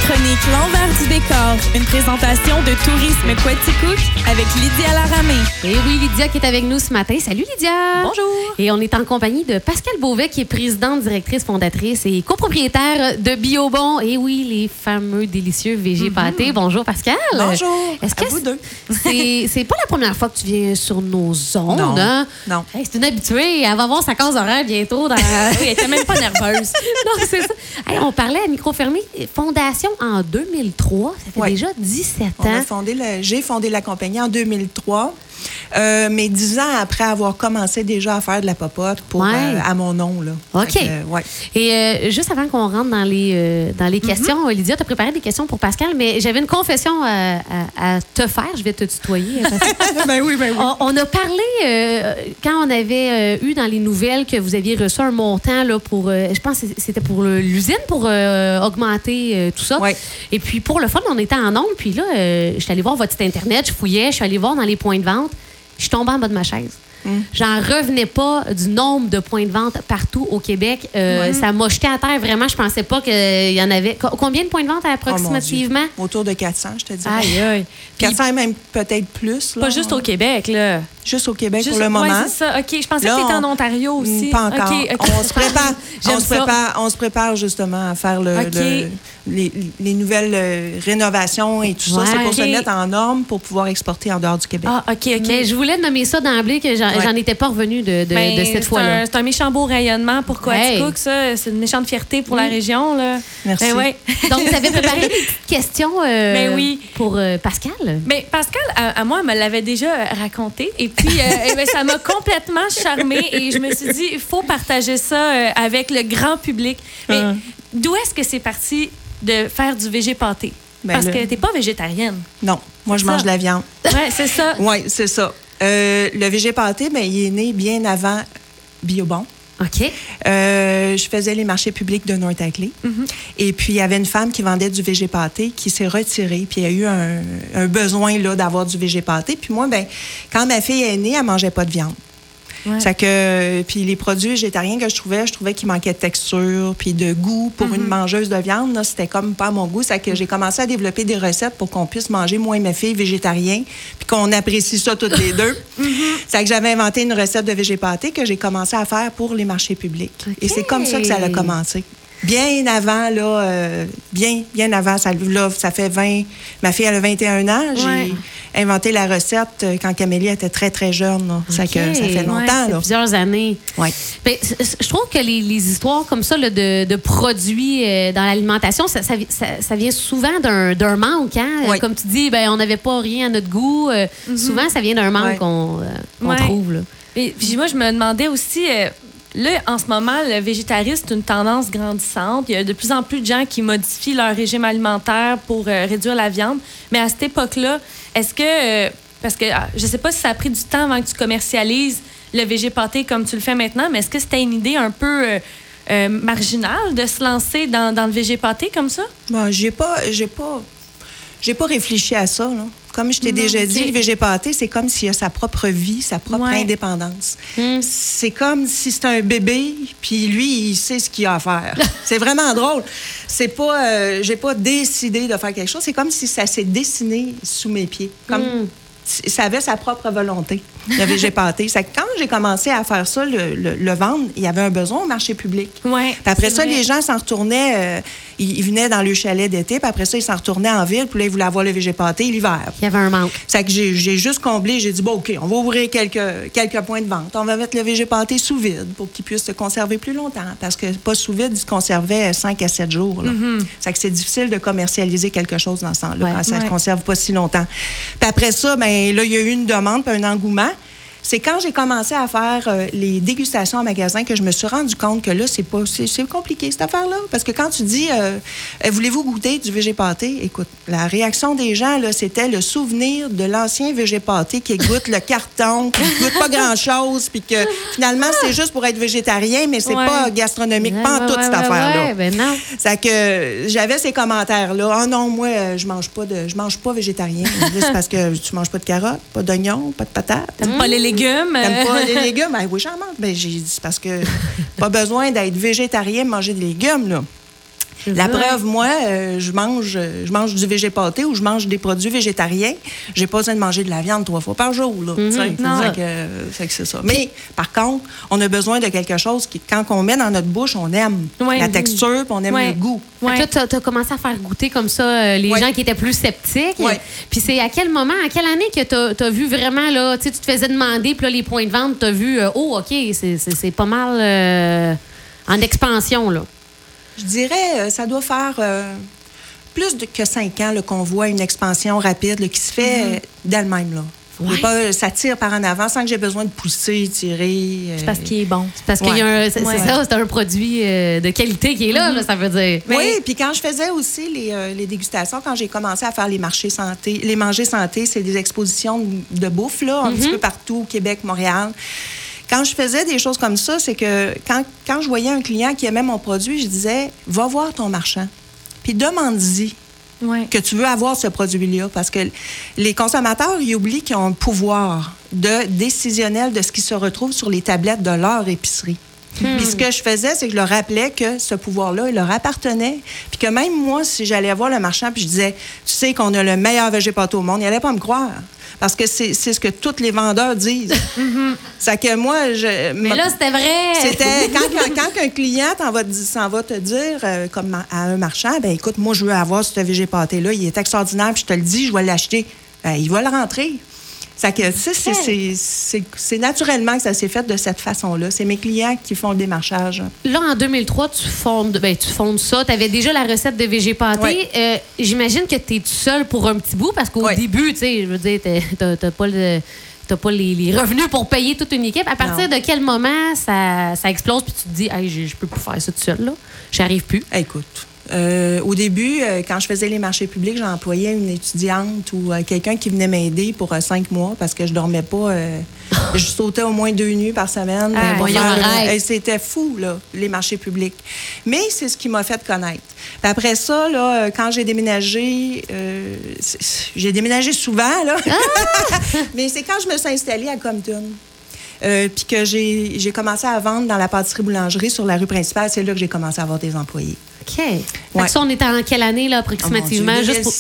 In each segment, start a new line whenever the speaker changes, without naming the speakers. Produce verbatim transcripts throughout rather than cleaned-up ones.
chronique L'envers du décor, une présentation de Tourisme Quaticook avec Lydia Laramé.
Et oui, Lydia qui est avec nous ce matin. Salut Lydia!
Bonjour!
Et on est en compagnie de Pascale Beauvais qui est présidente, directrice, fondatrice et copropriétaire de Biobon. Et oui, les fameux délicieux V G pâtés. Mm-hmm. Bonjour Pascale!
Bonjour!
Est-ce que
à vous deux.
C'est, c'est pas la première fois que tu viens sur nos ondes,
non.
hein?
Non.
Hey, c'est une habituée. Elle va voir sa case horaire bientôt. Dans...
Elle était même pas nerveuse.
Non, c'est ça. Hey, on parlait à micro fermé. Fondation en deux mille trois. Ça fait
ouais.
déjà dix-sept ans.
On a fondé le, j'ai fondé la compagnie en deux mille trois. Euh, mais dix ans après avoir commencé déjà à faire de la popote pour,
ouais.
euh, à mon nom. Là.
OK.
Que, euh, ouais.
Et euh, juste avant qu'on rentre dans les, euh, dans les questions, mm-hmm. Lydia, tu as préparé des questions pour Pascal, mais j'avais une confession à, à, à te faire. Je vais te tutoyer.
ben oui, ben oui.
On, on a parlé, euh, quand on avait euh, eu dans les nouvelles que vous aviez reçu un montant là, pour, euh, je pense que c'était pour le, l'usine, pour euh, augmenter euh, tout ça.
Ouais.
Et puis pour le fun, on était en ondes, puis là, euh, je suis allée voir votre site Internet, je fouillais, je suis allée voir dans les points de vente. Je suis tombée en bas de ma chaise. Mm. J'en revenais pas du nombre de points de vente partout au Québec. Euh, mm. Ça m'a jeté à terre. Vraiment, je pensais pas qu'il y en avait. Combien de points de vente approximativement?
Oh, autour de quatre cents, je te dirais.
Aïe, aïe.
quatre cents, même peut-être plus. Là.
Pas juste au Québec, là.
Juste au Québec
juste,
pour le moment.
Oui, c'est ça. OK. Je pensais
là,
que tu étais en Ontario aussi.
Pas encore.
Okay, okay.
On, se prépare, on, se
ça.
prépare, on se prépare justement à faire le,
okay.
le, les, les nouvelles euh, rénovations et tout
ouais,
ça. C'est pour
okay.
se mettre en norme pour pouvoir exporter en dehors du Québec.
Ah, OK, OK. Mais je voulais nommer ça d'emblée que j'en, ouais. j'en étais pas revenue de, de,
ben,
de cette
c'est
fois-là.
Un, c'est un méchant beau rayonnement pour Quaticook,
hey.
ça. C'est une méchante fierté pour
oui.
la région, là.
Merci.
Ben, ouais.
Donc, tu avais préparé des petites questions euh,
ben, oui.
pour euh, Pascal?
Ben, Pascal, à, à moi, elle me l'avait déjà raconté. Et puis, euh, ben, ça m'a complètement charmée. Et je me suis dit, il faut partager ça euh, avec le grand public. Mais uh-huh. d'où est-ce que c'est parti de faire du V G pâté? Ben, Parce le... que t'es pas végétarienne.
Non, moi, je
ça.
mange de la viande.
Oui, c'est ça.
Oui, c'est ça. Euh, le V G pâté, ben, il est né bien avant Biobon.
OK.
Euh, je faisais les marchés publics de North-Ackley. Mm-hmm. Et puis, il y avait une femme qui vendait du V G pâté qui s'est retirée. Puis, il y a eu un, un besoin là, d'avoir du V G pâté. Puis moi, ben, quand ma fille est née, elle ne mangeait pas de viande. Ouais. Ça que, puis les produits végétariens que je trouvais, je trouvais qu'il manquait de texture puis de goût pour mm-hmm. une mangeuse de viande. Là, c'était comme pas à mon goût. Ça que j'ai commencé à développer des recettes pour qu'on puisse manger, moi et ma fille, végétarien, puis qu'on apprécie ça toutes les deux. Mm-hmm. Ça que j'avais inventé une recette de V G pâté que j'ai commencé à faire pour les marchés publics. Okay. Et c'est comme ça que ça a commencé. Bien avant, là, euh, bien, bien avant, ça, là, ça fait vingt... Ma fille, elle a vingt et un ans. J'ai ouais. inventé la recette quand Camélie était très, très jeune. Là. Okay. Ça, que, ça fait longtemps. Ouais,
ça fait
là.
plusieurs années.
Ouais.
Ben, je trouve que les, les histoires comme ça là, de, de produits euh, dans l'alimentation, ça, ça, ça, ça vient souvent d'un, d'un manque. Hein?
Ouais.
Comme tu dis, ben, on n'avait pas rien à notre goût. Euh, mm-hmm. Souvent, ça vient d'un manque ouais. qu'on, euh, qu'on
ouais.
trouve. Là.
Et puis moi, je me demandais aussi... Euh, Là, en ce moment, le végétarisme, c'est une tendance grandissante. Il y a de plus en plus de gens qui modifient leur régime alimentaire pour euh, réduire la viande. Mais à cette époque-là, est-ce que... Euh, parce que je ne sais pas si ça a pris du temps avant que tu commercialises le V G pâté comme tu le fais maintenant, mais est-ce que c'était une idée un peu euh, euh, marginale de se lancer dans, dans le V G pâté comme ça?
Bon, j'ai pas... J'ai pas... J'ai pas réfléchi à ça, là. Comme je t'ai non, déjà dit, okay. le V G pâté, c'est comme s'il a sa propre vie, sa propre ouais. indépendance. Mm. C'est comme si c'était un bébé, puis lui, il sait ce qu'il a à faire. C'est vraiment drôle. C'est pas... Euh, j'ai pas décidé de faire quelque chose. C'est comme si ça s'est dessiné sous mes pieds. Comme... Mm. Ça avait sa propre volonté, le V G pâté. C'est que quand j'ai commencé à faire ça, le, le, le vendre, il y avait un besoin au marché public.
Ouais,
puis après ça,
vrai.
les gens s'en retournaient, euh, ils, ils venaient dans le chalet d'été, puis après ça, ils s'en retournaient en ville, puis là, ils voulaient avoir le V G pâté l'hiver.
Il y avait un manque.
C'est que j'ai, j'ai juste comblé, j'ai dit, bon, OK, on va ouvrir quelques, quelques points de vente. On va mettre le V G pâté sous vide pour qu'il puisse se conserver plus longtemps, parce que pas sous vide, il se conservait cinq à sept jours. Là. Mm-hmm. C'est que c'est difficile de commercialiser quelque chose dans ce temps-là, ouais, quand ça ne ouais. se conserve pas si longtemps. Puis après ça, bien, là, il y a eu une demande puis un engouement. C'est quand j'ai commencé à faire euh, les dégustations en magasin que je me suis rendu compte que là, c'est pas c'est, c'est compliqué, cette affaire-là. Parce que quand tu dis euh, « Voulez-vous goûter du V G pâté? » Écoute, la réaction des gens, là, c'était le souvenir de l'ancien V G pâté qui goûte le carton, qui goûte pas grand-chose, puis que finalement, c'est juste pour être végétarien, mais c'est ouais. pas gastronomique, ouais, pas en ouais, toute ouais, cette ouais, affaire-là.
Ouais, ben non.
C'est que j'avais ces commentaires-là. « Ah oh non, moi, je mange pas de, je mange pas végétarien. » C'est parce que tu manges pas de carottes, pas d'oignons, pas de patates.
T'aimes mmh. pas les légumes?
T'aimes pas les légumes? Ben oui, j'en mange. Ben, j'ai dit, c'est parce que pas besoin d'être végétarien, manger des légumes, là. La preuve, moi, euh, je mange je mange du végépâté ou je mange des produits végétariens. J'ai pas besoin de manger de la viande trois fois par jour. Là,
mm-hmm.
fait que, euh, fait que c'est ça. Mais par contre, on a besoin de quelque chose qui, quand on met dans notre bouche, on aime ouais, la texture puis on aime ouais. le goût.
Ouais. Là, tu as commencé à faire goûter comme ça euh, les ouais. gens qui étaient plus sceptiques. Ouais. Puis c'est à quel moment, à quelle année que tu as vu vraiment, là, tu te faisais demander, puis là, les points de vente, tu as vu, euh, oh, OK, c'est, c'est, c'est pas mal euh, en expansion, là.
Je dirais, euh, ça doit faire euh, plus de, que cinq ans là, qu'on voit une expansion rapide là, qui se fait mm-hmm. euh, d'elle-même, là. Ouais. Pas, ça tire par en avant sans que j'ai besoin de pousser, tirer. Euh...
C'est parce qu'il est bon.
C'est parce
ouais.
qu'il y a un. C'est,
ouais.
c'est ça, c'est un produit euh, de qualité qui est là, mm-hmm. là ça veut dire.
Oui, mais... puis quand je faisais aussi les, euh, les dégustations, quand j'ai commencé à faire les marchés santé, les manger santé, c'est des expositions de bouffe, là, un mm-hmm. petit peu partout au Québec, Montréal. Quand je faisais des choses comme ça, c'est que quand, quand je voyais un client qui aimait mon produit, je disais, va voir ton marchand, puis demande-y. Ouais. Que tu veux avoir ce produit-là. Parce que les consommateurs, ils oublient qu'ils ont un pouvoir de décisionnel de ce qui se retrouve sur les tablettes de leur épicerie. Hmm. Puis ce que je faisais, c'est que je leur rappelais que ce pouvoir-là, il leur appartenait. Puis que même moi, si j'allais voir le marchand puis je disais, tu sais qu'on a le meilleur végépâté au monde, il n'allait pas me croire. Parce que c'est, c'est ce que tous les vendeurs disent. Mm-hmm. C'est que moi, je...
Mais ma, là, c'était vrai!
C'était quand, quand, quand un client t'en va, s'en va te dire, euh, comme à un marchand, ben écoute, moi, je veux avoir ce végépâté-là, il est extraordinaire, puis je te le dis, je vais l'acheter. Ben, il va le rentrer. C'est que, tu sais, c'est, c'est, c'est, c'est naturellement que ça s'est fait de cette façon-là. C'est mes clients qui font le démarchage.
Là, en deux mille trois, tu fondes, ben, tu fondes ça. Tu avais déjà la recette de végépâté. Oui. Euh, j'imagine que tu es tout seul pour un petit bout parce qu'au oui. début, tu sais, je veux dire, t'as, t'as pas le... T'as pas les, les revenus pour payer toute une équipe. À partir non. de quel moment ça, ça explose puis tu te dis, hey, je, je peux plus faire ça tout seul, là. J'arrive plus.
Écoute. Euh, au début, euh, quand je faisais les marchés publics, j'employais une étudiante ou euh, quelqu'un qui venait m'aider pour euh, cinq mois parce que je dormais pas. Euh, je sautais au moins deux nuits par semaine.
Ah,
pour
faire,
euh, c'était fou, là, les marchés publics. Mais c'est ce qui m'a fait connaître. Puis après ça, là, quand j'ai déménagé, euh, j'ai déménagé souvent, là. Ah! Mais c'est quand je me suis installée à Compton. Euh, puis que j'ai, j'ai commencé à vendre dans la pâtisserie-boulangerie sur la rue principale. C'est là que j'ai commencé à avoir des employés.
OK. Ouais. Ça, on était en quelle année, là, approximativement?
Oh,
juste pour...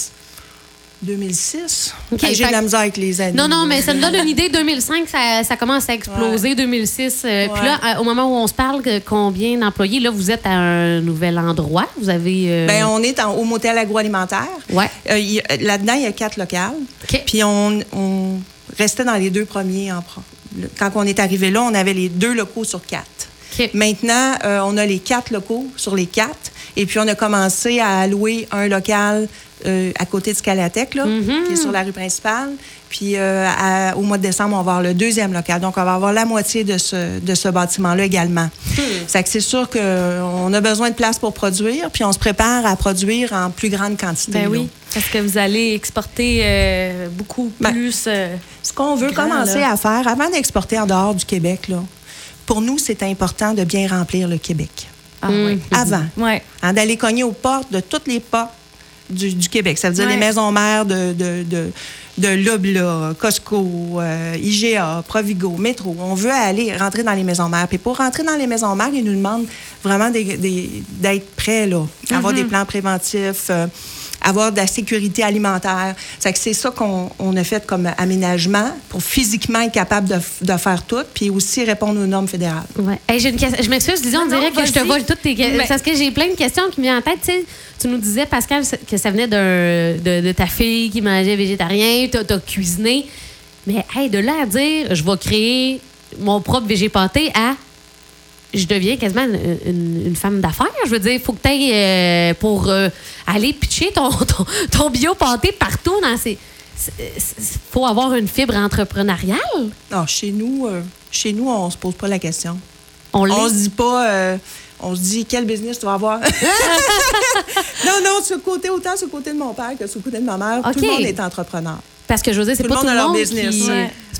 deux mille six. Okay, j'ai de la misère avec les années.
Non, non, mais ça me donne une idée. deux mille cinq, ça, ça commence à exploser. Ouais. deux mille six. Euh, ouais. Puis là, au moment où on se parle, combien d'employés? Là, vous êtes à un nouvel endroit. Vous avez... Euh...
Bien, on est en, au motel agroalimentaire.
Ouais.
Euh, y, là-dedans, il y a quatre locales.
Okay.
Puis on, on restait dans les deux premiers en pro. Quand on est arrivé là, on avait les deux locaux sur quatre.
Okay.
Maintenant, euh, on a les quatre locaux sur les quatre. Et puis, on a commencé à allouer un local euh, à côté de Scalatex, là, mm-hmm. qui est sur la rue principale. Puis, euh, à, au mois de décembre, on va avoir le deuxième local. Donc, on va avoir la moitié de ce, de ce bâtiment-là également. Mm. C'est que c'est sûr qu'on a besoin de place pour produire, puis on se prépare à produire en plus grande quantité.
Ben oui, parce que vous allez exporter euh, beaucoup
ben,
plus. Euh,
ce qu'on veut grand, commencer là. à faire, avant d'exporter en dehors du Québec, là, pour nous, c'est important de bien remplir le Québec.
Ah, mmh. oui.
Avant.
Ouais.
Hein, d'aller cogner aux portes de toutes les portes du, du Québec. Ça veut dire ouais. les maisons mères de, de, de, de Loblaw, Costco, euh, I G A, Provigo, Métro. On veut aller rentrer dans les maisons mères. Puis pour rentrer dans les maisons mères, ils nous demandent vraiment des, des, d'être prêts, là, mm-hmm. avoir des plans préventifs, euh, avoir de la sécurité alimentaire. C'est que c'est ça qu'on on a fait comme aménagement pour physiquement être capable de, de faire tout, puis aussi répondre aux normes fédérales.
Ouais. Hey, j'ai une question. Je m'excuse, disons, on dirait non, que vas-y. Je te vole toutes tes questions. Parce que j'ai plein de questions qui me viennent en tête. Tu sais, tu nous disais, Pascal, que ça venait d'un, de, de ta fille qui mangeait végétarien, tu as cuisiné. Mais hey, de là à dire, je vais créer mon propre végépâté à... je deviens quasiment une, une, une femme d'affaires. Je veux dire, il faut que tu ailles euh, pour euh, aller pitcher ton, ton, ton bio-pâté partout dans ces... Il faut avoir une fibre entrepreneuriale.
Non, chez nous, euh, chez nous, on se pose pas la question.
On,
on se dit pas... Euh, on se dit, quel business tu vas avoir? non, non, sur le côté, autant sur le côté de mon père que sur le côté de ma mère, okay. Tout le monde est entrepreneur.
Parce que je veux dire, c'est
tout
pas
le
tout le monde
business.
qui...
Ouais.
C'est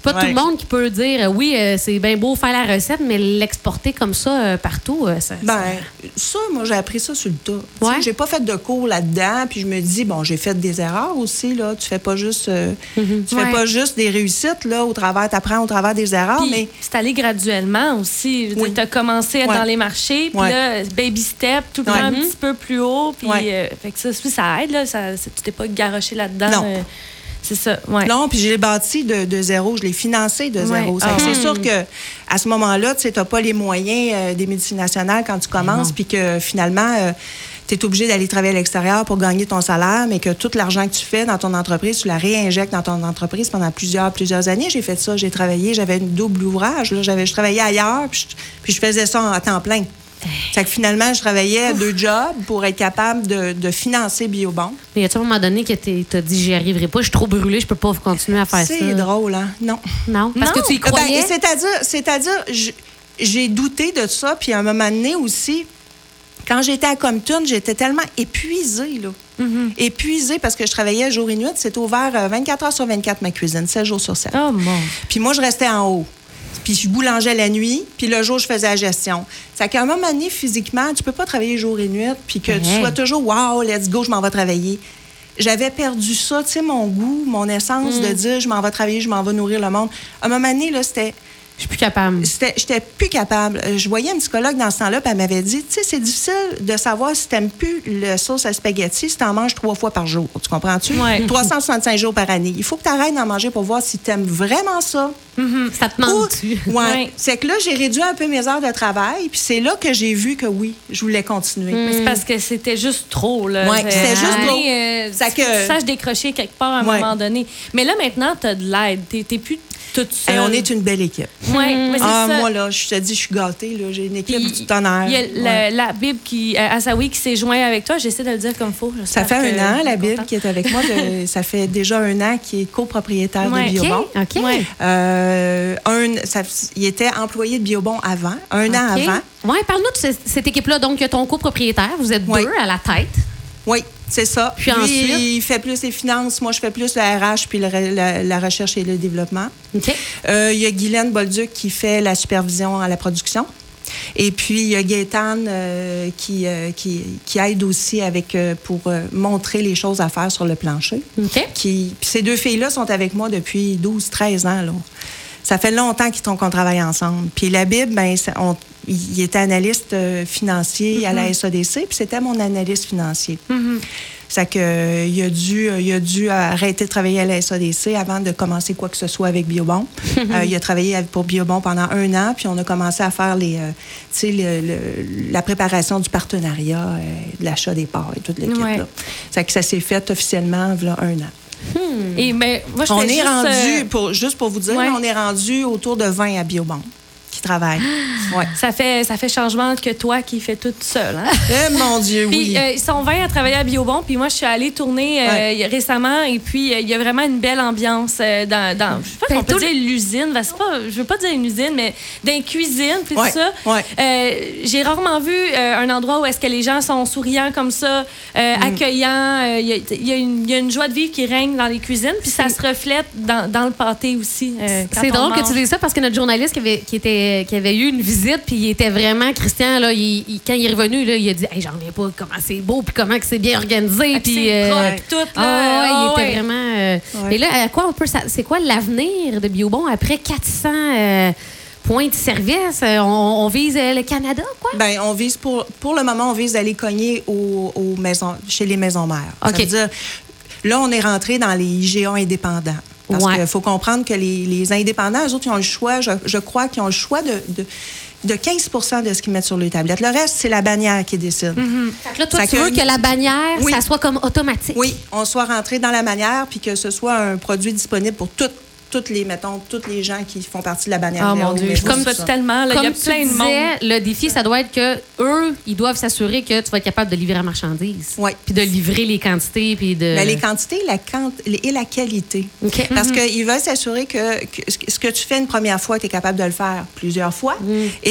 pas
Ouais.
tout le monde qui peut dire, euh, oui, euh, c'est bien beau faire la recette, mais l'exporter comme ça euh, partout, euh, ça...
Ben,
ça...
ça, moi, j'ai appris ça sur le tas. Tu
Ouais.
sais, j'ai pas fait de cours là-dedans, puis je me dis, bon, j'ai fait des erreurs aussi, là. Tu fais pas juste, euh,
Mm-hmm.
tu
Ouais.
fais pas juste des réussites, là, au travers, t'apprends au travers des erreurs,
Puis,
mais...
c'est allé graduellement aussi. Je veux
Oui.
dire, t'as commencé à être
Ouais.
dans les marchés, puis
Ouais.
là, baby step, tout le temps
Ouais.
un petit peu plus haut. Puis,
Ouais.
euh, fait que ça, aussi, ça aide, là. Ça, c'est- tu t'es pas garoché là-dedans.
Non.
euh, c'est ça, ouais.
Non, puis je l'ai bâti de, de zéro, je l'ai financé de
Ouais.
zéro. Ça fait que
Ah.
C'est sûr que à ce moment-là, tu n'as pas les moyens euh, des multinationales quand tu commences, puis que finalement, tu es obligé d'aller travailler à l'extérieur pour gagner ton salaire, mais que tout l'argent que tu fais dans ton entreprise, tu la réinjectes dans ton entreprise pendant plusieurs, plusieurs années. J'ai fait ça, j'ai travaillé, j'avais une double ouvrage. Là. J'avais, je travaillais ailleurs, puis je, puis je faisais ça à temps plein. Fait que finalement, je travaillais à deux jobs pour être capable de, de financer Biobon.
Mais y a-tu un moment donné que tu t'as dit, j'y arriverai pas, je suis trop brûlée, je peux pas continuer à faire ça?
C'est drôle, hein? Non.
Non? Parce
Non.
que tu y
Ben,
croyais?
c'est-à-dire, c'est-à-dire, j- j'ai douté de ça, puis à un moment donné aussi, quand j'étais à Compton, j'étais tellement épuisée, là.
Mm-hmm.
Épuisée parce que je travaillais jour et nuit. C'était ouvert euh, vingt-quatre heures sur vingt-quatre, ma cuisine, sept jours sur sept.
Oh, mon.
Puis moi, je restais en haut. Puis je boulangeais la nuit, puis le jour, je faisais la gestion. C'est qu'à un moment donné, physiquement, tu peux pas travailler jour et nuit, puis que tu
Ouais.
sois toujours « wow, let's go, je m'en vais travailler ». J'avais perdu ça, tu sais, mon goût, mon essence de dire « je m'en vais travailler, je m'en vais nourrir le monde ». À un moment donné, là, c'était...
Je suis plus capable.
C'était, j'étais plus capable. Euh, Je voyais une psychologue dans ce temps-là, puis elle m'avait dit, tu sais, c'est difficile de savoir si t'aimes plus le sauce à spaghetti si t'en manges trois fois par jour. Tu comprends-tu?
Ouais.
trois cent soixante-cinq jours par année. Il faut que tu arrêtes d'en manger pour voir si t'aimes vraiment ça.
Ça te manque-tu?
Ouais.
Ouais.
C'est que là, j'ai réduit un peu mes heures de travail, puis c'est là que j'ai vu que oui, je voulais continuer.
Mais c'est parce que c'était juste trop, là.
Ouais, c'était
Euh,
juste
à un
trop.
moment donné, euh,
Ça
faut que
que-
tu saches décrocher quelque part à un
Ouais.
moment donné. Mais là, maintenant, t'as de l'aide. T'es, t'es plus toute seule.
Et on est une belle équipe.
Ouais, mais c'est
Ah,
ça.
moi, là, je te dis, je suis gâtée. Là. J'ai une équipe
Puis,
du tonnerre.
Il y a
Ouais.
la, la Bible qui, euh, Assaoui qui s'est joint avec toi. J'essaie de le dire comme il faut.
Ça fait un an, la Bible qui est avec moi. de- ça fait déjà un an qu'il est copropriétaire
Ouais.
de Biobon.
OK. OK.
Ouais.
Euh, un, ça, il était employé de Biobon avant, un an
OK.
avant.
Ouais, parle-nous de ce- cette équipe-là. Donc, il y a ton copropriétaire, vous êtes
Ouais.
deux à la tête.
Oui, c'est ça.
Puis
Lui,
ensuite?
il fait plus les finances, moi je fais plus la R H puis le re- la, la recherche et le développement.
OK.
Euh, il y a Guylaine Bolduc qui fait la supervision à la production. Et puis, il y a Gaétane euh, qui, euh, qui, qui aide aussi avec, euh, pour euh, montrer les choses à faire sur le plancher.
OK.
Qui, puis ces deux filles-là sont avec moi depuis douze, treize ans. Là. Ça fait longtemps qu'ils qu'on travaille ensemble. Puis la Bible, ben, ça- on, il était analyste euh, financier à la S A D C, puis c'était mon analyste financier. Ça que, euh, il, a dû, euh, il a dû arrêter de travailler à la S A D C avant de commencer quoi que ce soit avec Biobon. Euh, il a travaillé avec- pour Biobon pendant un an, puis on a commencé à faire les, euh, tu sais, le- le- la préparation du partenariat, euh, de l'achat des parts et toute l'équipe.
Ouais.
Là. Ça que ça s'est fait officiellement il y a un an.
Et ben, moi, je
On
fais
est
juste,
rendu,
euh,
pour, juste pour vous dire,
ouais.
on est rendu autour de vingt à Biobon qui travaillent. Ouais.
ça fait, ça fait changement que toi qui fais tout seul. Hein?
Eh mon Dieu,
Puis
oui.
euh, ils sont vingt à travailler à Biobon, puis moi je suis allée tourner euh,
Ouais.
récemment et puis euh, il y a vraiment une belle ambiance euh, dans, dans je sais pas si
Ben,
on peut
tout
dire l'usine, ben, c'est pas, je veux pas dire une usine, mais dans une cuisine puis
Ouais,
tout ça.
ouais.
Euh, j'ai rarement vu euh, un endroit où est-ce que les gens sont souriants comme ça, euh,
Mm.
accueillants. euh, Il y, a, il y a une, il y a une joie de vivre qui règne dans les cuisines, puis ça se reflète dans, dans le pâté aussi. euh, quand
C'est
on
drôle que
mange.
tu dises ça parce que notre journaliste qui avait, qui était, qui avait eu une visite, puis il était vraiment, Christian, là, il, il- quand il est revenu, là, il a dit hey, j'en reviens pas comment c'est beau, puis comment que c'est bien organisé.
Ah, puis
Puis,
c'est
euh,
propre, puis tout, là.
ah, ouais, il
Ah,
était
ouais.
vraiment. euh,
Ouais.
Mais là, à quoi on peut. ça- C'est quoi l'avenir de Biobon après quatre cents euh, points de service? Euh, On, on vise euh, le Canada, quoi?
Ben, on vise pour, pour le moment, on vise d'aller cogner aux, aux maisons, chez les maisons mères.
OK.
Ça veut dire, là, on est rentré dans les I G A indépendants. Parce
Ouais.
qu'il faut comprendre que les, les indépendants, eux autres, ils ont le choix, je, je crois qu'ils ont le choix de, de, de quinze pour cent de ce qu'ils mettent sur les tablettes. Le reste, c'est la bannière qui décide.
Fait que là, toi,
Ça
tu veux
que-
que la bannière,
Oui.
ça soit comme automatique.
Oui, on soit rentré dans la manière, puis que ce soit un produit disponible pour toutes, toutes les, mettons, tous les gens qui font partie de la bannière.
Oh
Léo,
mon Dieu,
mais
je
tout
comme
ça.
ça tellement. là, il y a
Comme tu
plein de monde.
disais, le défi, ça doit être que eux, ils doivent s'assurer que tu vas être capable de livrer la marchandise.
Ouais.
Puis de livrer les quantités, puis de...
Ben, les quantités la quant- et la qualité.
OK.
Parce qu'ils veulent s'assurer que, que ce que tu fais une première fois, tu es capable de le faire plusieurs fois. Et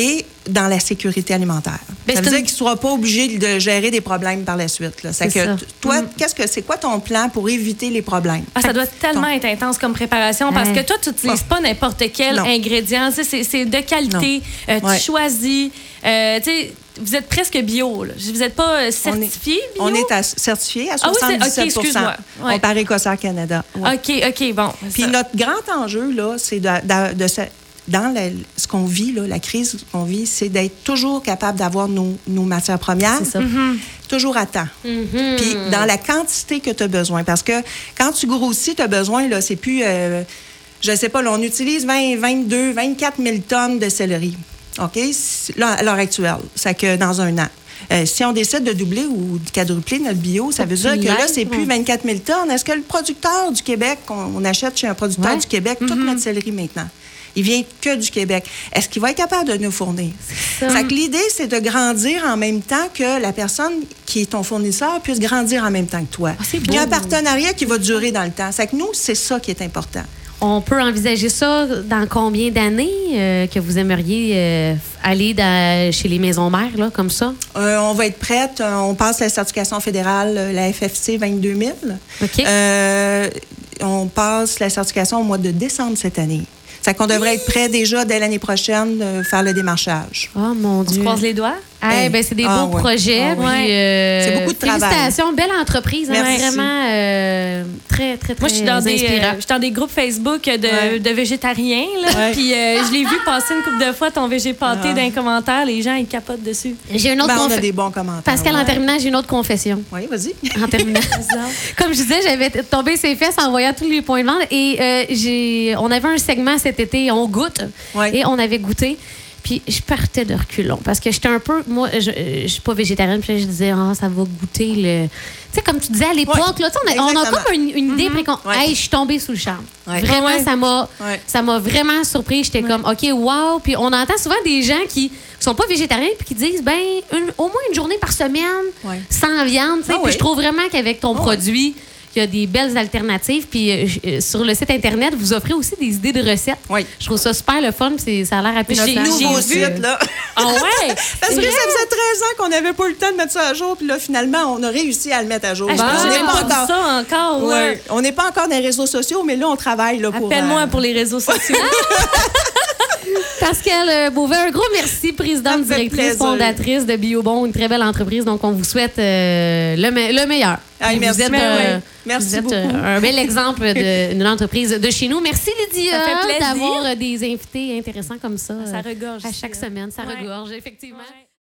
dans la sécurité alimentaire.
Ben,
ça veut
c'est
dire
une...
qu'ils ne soient pas obligés de gérer des problèmes par la suite. Là.
C'est
que,
ça.
toi,
Mm.
qu'est-ce que c'est quoi ton plan pour éviter les problèmes?
Ah, ça doit tellement être intense comme préparation parce
Ouais.
que toi, tu n'utilises pas n'importe quel
Non.
ingrédient. Tu sais, C'est, c'est de qualité. Euh, tu
Ouais.
choisis. Euh, tu sais, vous êtes presque bio. Là. Vous n'êtes pas euh, certifié bio?
On est à, certifié à
Ah oui, c'est-
soixante-dix-sept
ok, excuse-moi. Ouais.
On paraît Écossaire Canada. Ouais.
OK, OK, bon.
Puis
Ça.
notre grand enjeu, là, c'est de, de, de se- dans la- ce qu'on vit, là, la crise qu'on vit, c'est d'être toujours capable d'avoir nos, nos matières premières,
C'est ça.
toujours à temps.
Mhm.
Puis dans la quantité que tu as besoin. Parce que quand tu grossis, tu as besoin, là, c'est plus, euh, je sais pas, là, on utilise vingt, vingt-deux, vingt-quatre mille tonnes de céleri. OK? Là, à l'heure actuelle. C'est que dans un an. Euh, si on décide de doubler ou de quadrupler notre bio, ça veut dire que là, c'est plus vingt-quatre mille tonnes. Est-ce que le producteur du Québec, on, on achète chez un producteur
Ouais.
du Québec toute notre céleri maintenant? Il vient que du Québec. Est-ce qu'il va être capable de nous fournir?
ça.
Fait que l'idée, c'est de grandir en même temps que la personne qui est ton fournisseur puisse grandir en même temps que toi.
c'est
Il y a un
beau.
partenariat qui va durer dans le temps. C'est que nous, c'est ça qui est important.
On peut envisager ça dans combien d'années euh, que vous aimeriez euh, aller dans- chez les maisons mères, là, comme ça?
Euh, on va être prête. Euh, On passe la certification fédérale, euh, la F F C vingt-deux mille.
OK.
Euh, on passe la certification au mois de décembre cette année. C'est qu'on devrait être prêt déjà dès l'année prochaine de faire le démarchage.
Oh mon
On se
Dieu.
croise les doigts?
Eh
Hey.
ben, c'est des
Ah,
beaux
ouais.
projets.
Ah,
puis,
ouais.
euh,
C'est beaucoup de travail.
Félicitations, belle entreprise. hein,
Merci.
vraiment euh, très, très, très
Moi, je suis dans, des, euh,
inspirant.
je suis dans des groupes Facebook de,
Ouais.
de végétariens. Là.
Ouais.
Puis euh, je l'ai vu passer une couple de fois, ton végé pâté,
Ah.
dans les commentaires. Les gens, ils capotent dessus.
J'ai une autre
Ben, on a
conf-
des bons commentaires.
Pascal, en
ouais.
terminant, j'ai une autre confession.
Oui, vas-y.
En terminant. Comme je disais, j'avais t- tombé ses fesses en voyant tous les points de vente. Et euh, j'ai, on avait un segment cet été, on goûte.
Ouais.
Et on avait goûté. Puis je partais de reculons parce que j'étais un peu. Moi, je, je suis pas végétarienne. Puis là, je disais, ah, ça va goûter le. Tu sais, comme tu disais à l'époque,
Ouais,
là, tu sais, on, a, on a
exactement.
comme une, une idée précon-
Ouais.
Hey, je suis tombée sous le charme.
Ouais.
Vraiment,
Ouais.
ça m'a
Ouais.
ça m'a vraiment surpris. J'étais comme, OK, wow. Puis on entend souvent des gens qui sont pas végétariens puis qui disent, ben, une- au moins une journée par semaine
Ouais.
sans viande. tu sais.
Ah
Puis
oui.
je trouve vraiment qu'avec ton
Ah oui.
produit, il y a des belles alternatives. Puis euh, je- euh, sur le site Internet, vous offrez aussi des idées de recettes.
Oui.
Je trouve ça super le fun. puis c'est- ça a l'air appétissant.
J'ai-
Notre
j'ai
nouveau
vu.
site, là.
Ah ouais?
Parce que ça faisait treize ans qu'on n'avait pas eu le temps de mettre ça à jour. Puis là, finalement, on a réussi à le mettre à jour.
Ah, je
On
pense que
n'est
j'ai même
pas
pas dit ça encore. là.
Ouais. On n'est pas encore dans les réseaux sociaux, mais là, on travaille là, pour...
Appelle-moi
euh,
pour les réseaux sociaux.
Pascal euh, Beauvais, un gros merci,
Ça
présidente,
me fait
directrice,
plaisir.
fondatrice de Biobon, une très belle entreprise. Donc, on vous souhaite euh, le, me- le meilleur.
Ah,
Puis
merci.
vous êtes,
Mais
euh,
ouais. Merci
vous êtes,
beaucoup.
euh, un bel exemple de- d'une entreprise de chez nous. Merci, Lydia,
Ça fait plaisir.
d'avoir euh, des invités intéressants comme ça,
Ça
euh,
regorge.
à
ici,
chaque
là.
semaine. Ça
Ouais.
regorge, effectivement.
Ouais.